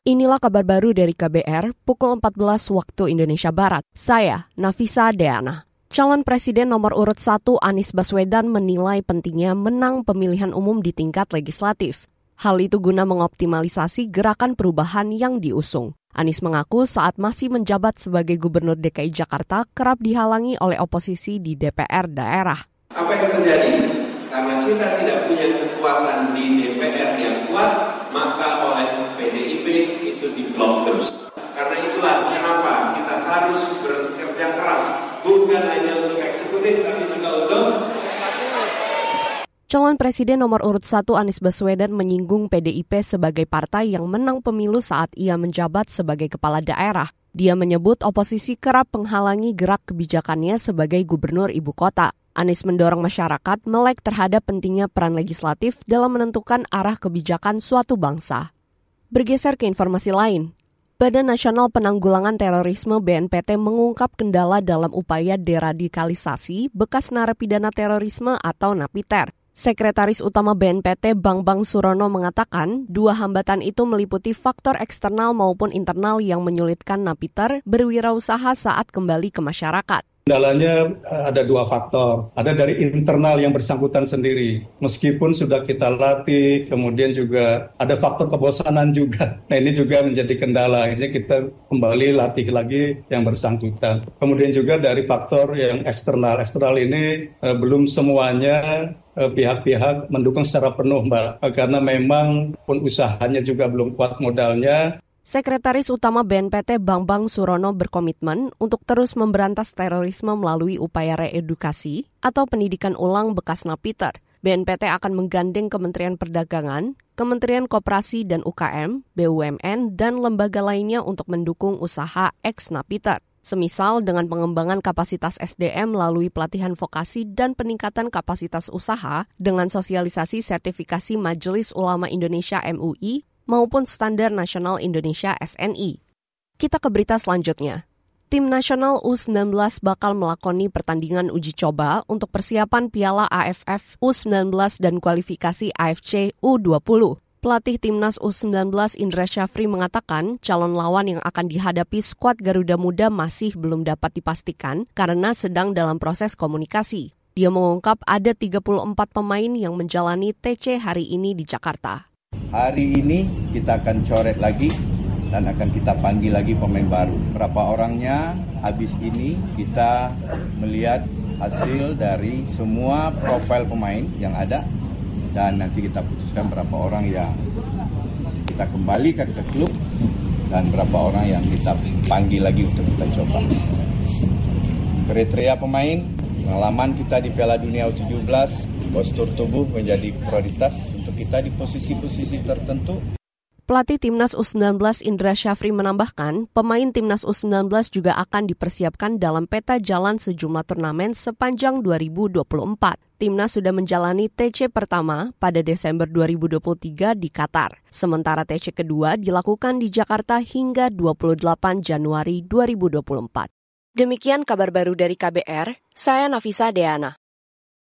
Inilah kabar baru dari KBR pukul 14 waktu Indonesia Barat. Saya, Nafisa Deana. Calon Presiden nomor urut 1 Anies Baswedan menilai pentingnya menang pemilihan umum di tingkat legislatif. Hal itu guna mengoptimalisasi gerakan perubahan yang diusung. Anies mengaku saat masih menjabat sebagai Gubernur DKI Jakarta kerap dihalangi oleh oposisi di DPR daerah. Apa yang terjadi? Karena kita tidak punya kekuatan di DPR yang kuat, maka oleh PDIP itu diblok terus. Karena itulah kenapa kita harus bekerja keras, bukan hanya untuk eksekutif, tapi juga untuk Calon Presiden nomor urut 1 Anies Baswedan menyinggung PDIP sebagai partai yang menang pemilu saat ia menjabat sebagai kepala daerah. Dia menyebut oposisi kerap menghalangi gerak kebijakannya sebagai gubernur ibu kota. Anies mendorong masyarakat melek terhadap pentingnya peran legislatif dalam menentukan arah kebijakan suatu bangsa. Bergeser ke informasi lain, Badan Nasional Penanggulangan Terorisme BNPT mengungkap kendala dalam upaya deradikalisasi bekas narapidana terorisme atau napiter. Sekretaris Utama BNPT Bambang Surono mengatakan, dua hambatan itu meliputi faktor eksternal maupun internal yang menyulitkan napiter berwirausaha saat kembali ke masyarakat. Kendalanya ada dua faktor. Ada dari internal yang bersangkutan sendiri. Meskipun sudah kita latih, kemudian juga ada faktor kebosanan juga. Nah ini juga menjadi kendala. Akhirnya kita kembali latih lagi yang bersangkutan. Kemudian juga dari faktor yang eksternal. Eksternal ini belum semuanya pihak-pihak mendukung secara penuh, Mbak. Karena memang pun usahanya juga belum kuat modalnya. Sekretaris Utama BNPT Bambang Surono berkomitmen untuk terus memberantas terorisme melalui upaya reedukasi atau pendidikan ulang bekas napiter. BNPT akan menggandeng Kementerian Perdagangan, Kementerian Koperasi dan UKM, BUMN, dan lembaga lainnya untuk mendukung usaha ex-napiter. Semisal dengan pengembangan kapasitas SDM melalui pelatihan vokasi dan peningkatan kapasitas usaha dengan sosialisasi sertifikasi Majelis Ulama Indonesia MUI, maupun Standar Nasional Indonesia SNI. Kita ke berita selanjutnya. Tim nasional U19 bakal melakoni pertandingan uji coba untuk persiapan Piala AFF U19 dan kualifikasi AFC U20. Pelatih Timnas U19 Indra Syafri mengatakan calon lawan yang akan dihadapi skuad Garuda Muda masih belum dapat dipastikan karena sedang dalam proses komunikasi. Dia mengungkap ada 34 pemain yang menjalani TC hari ini di Jakarta. Hari ini kita akan coret lagi dan akan kita panggil lagi pemain baru. Berapa orangnya, habis ini kita melihat hasil dari semua profil pemain yang ada dan nanti kita putuskan berapa orang yang kita kembalikan ke klub dan berapa orang yang kita panggil lagi untuk kita coba. Kriteria pemain, pengalaman kita di Piala Dunia U17, postur tubuh menjadi prioritas untuk kita di posisi-posisi tertentu. Pelatih Timnas U19 Indra Syafri menambahkan, pemain Timnas U19 juga akan dipersiapkan dalam peta jalan sejumlah turnamen sepanjang 2024. Timnas sudah menjalani TC pertama pada Desember 2023 di Qatar. Sementara TC kedua dilakukan di Jakarta hingga 28 Januari 2024. Demikian kabar baru dari KBR, saya Nafisa Deana.